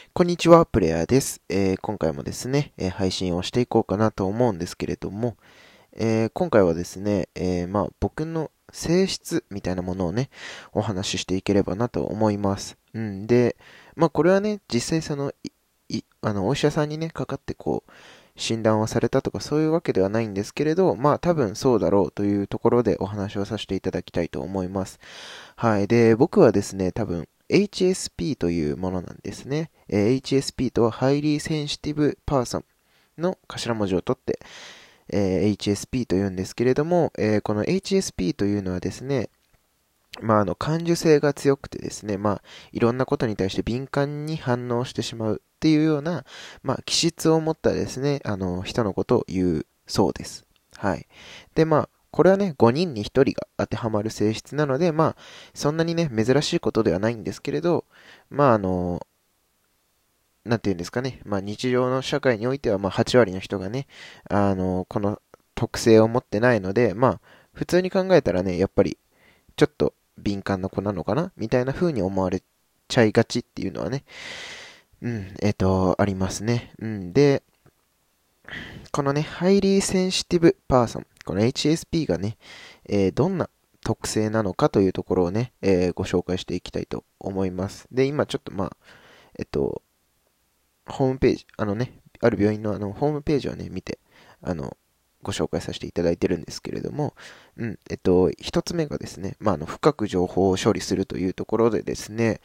こんにちは、プレイヤーです。今回もですね、配信をしていこうかなと思うんですけれども、今回はですね、僕の性質みたいなものをね、お話ししていければなと思います。で、これはね、実際お医者さんにね、かかって診断をされたとかそういうわけではないんですけれど、多分そうだろうというところでお話をさせていただきたいと思います。はい。で、僕はですね、多分 HSP というものなんですね。HSP とは Highly Sensitive Person の頭文字を取って、HSP と言うんですけれども、この HSP というのはですね、感受性が強くてですね、いろんなことに対して敏感に反応してしまうっていうような、気質を持ったですね、人のことを言うそうです。はい。で、これはね、5人に1人が当てはまる性質なので、そんなにね、珍しいことではないんですけれど、まあ、あの、なんていうんですかね、日常の社会においては、8割の人がね、この特性を持ってないので、普通に考えたらね、やっぱり、ちょっと敏感な子なのかなみたいな風に思われちゃいがちっていうのはね、ありますね。で、このね、ハイリーセンシティブパーソン、この HSP がね、どんな特性なのかというところをね、ご紹介していきたいと思います。で、今ちょっとえっと、ホームページ、ある病院のホームページをね、見て、あの、ご紹介させていただいてるんですけれども、一つ目がですね、深く情報を処理するというところでですね、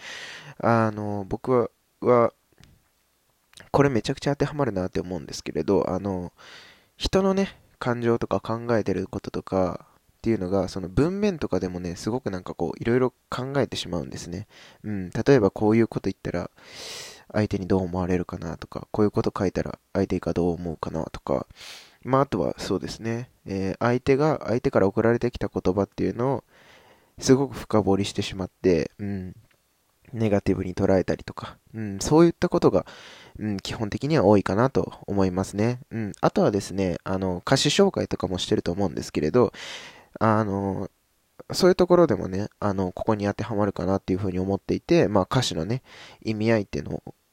僕はこれめちゃくちゃ当てはまるなって思うんですけれど、人のね、感情とか考えてることとかっていうのが、その文面とかでもね、すごくいろいろ考えてしまうんですね。例えばこういうこと言ったら、相手にどう思われるかなとか、こういうこと書いたら相手がどう思うかなとか、あとはそうですね、相手から送られてきた言葉っていうのをすごく深掘りしてしまって、ネガティブに捉えたりとか、そういったことが、基本的には多いかなと思いますね。あとはですね、歌詞紹介とかもしてると思うんですけれど、あの、そういうところでもね、ここに当てはまるかなっていうふうに思っていて、歌詞のね、意味合いっていうのを、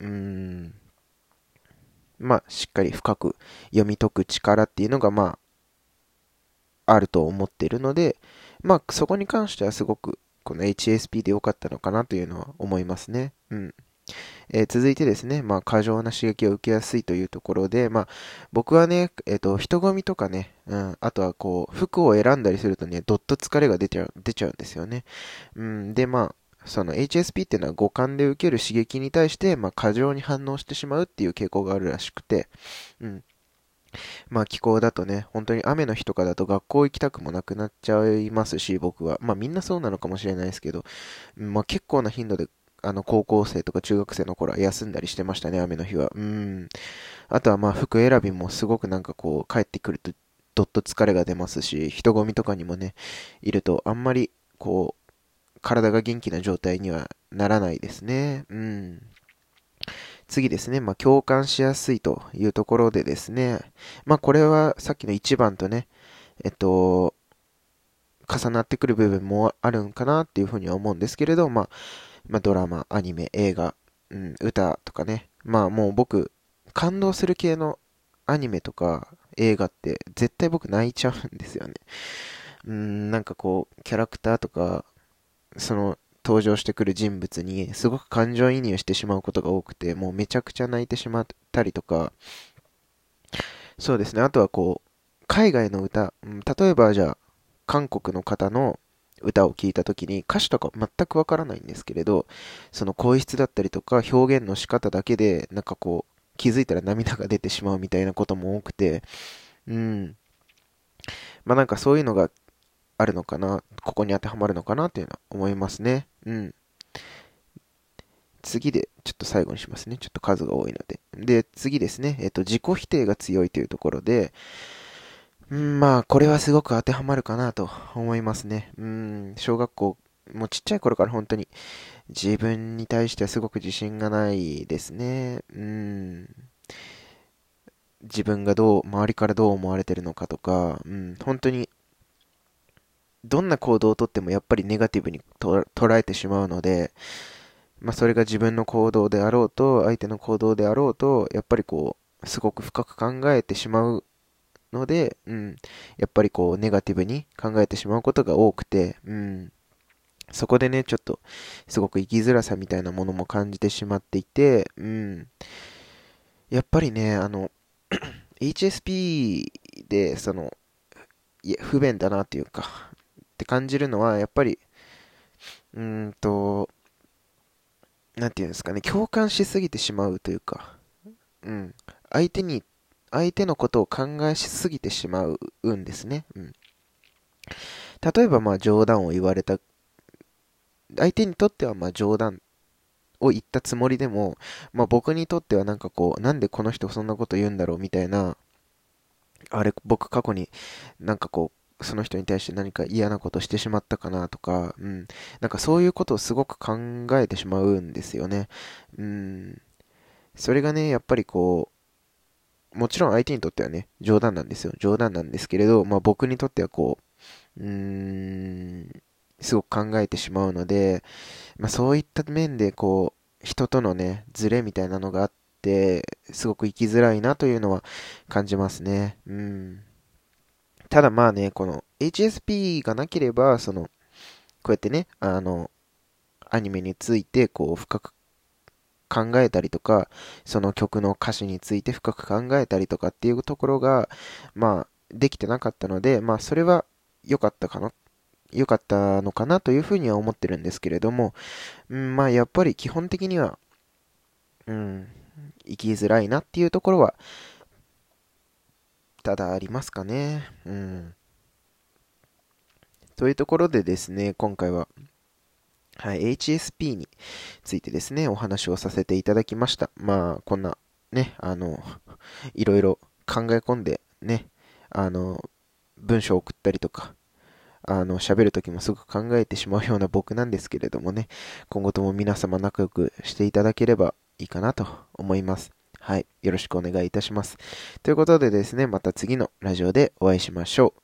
しっかり深く読み解く力っていうのが、あると思っているので、そこに関してはすごく、この HSP で良かったのかなというのは思いますね。続いてですね、過剰な刺激を受けやすいというところで、僕はね、人混みとかね、あとは服を選んだりするとね、どっと疲れが出ちゃうんですよね。で、その HSP っていうのは五感で受ける刺激に対して、過剰に反応してしまうっていう傾向があるらしくて、うん。気候だとね、本当に雨の日とかだと学校行きたくもなくなっちゃいますし、僕は。みんなそうなのかもしれないですけど、結構な頻度で、高校生とか中学生の頃は休んだりしてましたね、雨の日は。あとは服選びもすごく帰ってくると、どっと疲れが出ますし、人混みとかにもね、いると、あんまり、体が元気な状態にはならないですね。次ですね、共感しやすいというところでですね、これはさっきの1番とね、えっと、重なってくる部分もあるんかなっていうふうには思うんですけれど、ドラマ、アニメ、映画、歌とかね、もう僕、感動する系のアニメとか映画って絶対僕泣いちゃうんですよね。キャラクターとか、その登場してくる人物にすごく感情移入してしまうことが多くて、もうめちゃくちゃ泣いてしまったりとか、そうですね、あとは海外の歌、例えばじゃあ、韓国の方の歌を聴いた時に歌詞とか全くわからないんですけれど、その声質だったりとか表現の仕方だけで、気づいたら涙が出てしまうみたいなことも多くて、うん。そういうのがあるのかな、ここに当てはまるのかなっていうのは思いますね。次で、ちょっと最後にしますね。ちょっと数が多いので。で、次ですね。自己否定が強いというところで、これはすごく当てはまるかなと思いますね。小学校、もうちっちゃい頃から本当に自分に対してはすごく自信がないですね。自分が周りからどう思われてるのかとか、本当にどんな行動をとってもやっぱりネガティブに捉えてしまうので、 まあそれが自分の行動であろうと、相手の行動であろうと、やっぱりこう、すごく深く考えてしまうので、やっぱりこう、ネガティブに考えてしまうことが多くて、そこでね、ちょっと、すごく生きづらさみたいなものも感じてしまっていて、やっぱりね、HSP で、いや、不便だなっていうか、って感じるのは、やっぱり、うーんと、なんていうんですかね、共感しすぎてしまうというか、うん、相手に、相手のことを考えしすぎてしまうんですね。例えば、まあ、冗談を言われた、相手にとっては、まあ、冗談を言ったつもりでも、まあ、僕にとってはなんかこう、なんでこの人そんなこと言うんだろうみたいな、あれ、僕過去になんかこう、その人に対して何か嫌なことしてしまったかなとか、なんかそういうことをすごく考えてしまうんですよね。うん、それがね、やっぱりこう、もちろん相手にとってはね、冗談なんですよ。冗談なんですけれど、まあ僕にとってはこう、すごく考えてしまうので、まあそういった面でこう、人とのね、ズレみたいなのがあって、すごく生きづらいなというのは感じますね。ただまあね、この HSP がなければ、こうやってね、アニメについて、こう、深く考えたりとか、その曲の歌詞について深く考えたりとかっていうところが、まあ、できてなかったので、まあ、それは良かったかな、良かったのかなというふうには思ってるんですけれども、まあ、やっぱり基本的には、うん、生きづらいなっていうところは、ただありますかね。というところでですね、今回は、はい、HSP についてですね、お話をさせていただきました。まあ、こんな、ね、いろいろ考え込んで、ね、あの、文章を送ったりとか、喋るときもすぐ考えてしまうような僕なんですけれどもね、今後とも皆様仲良くしていただければいいかなと思います。はい。よろしくお願いいたします。ということでですね、また次のラジオでお会いしましょう。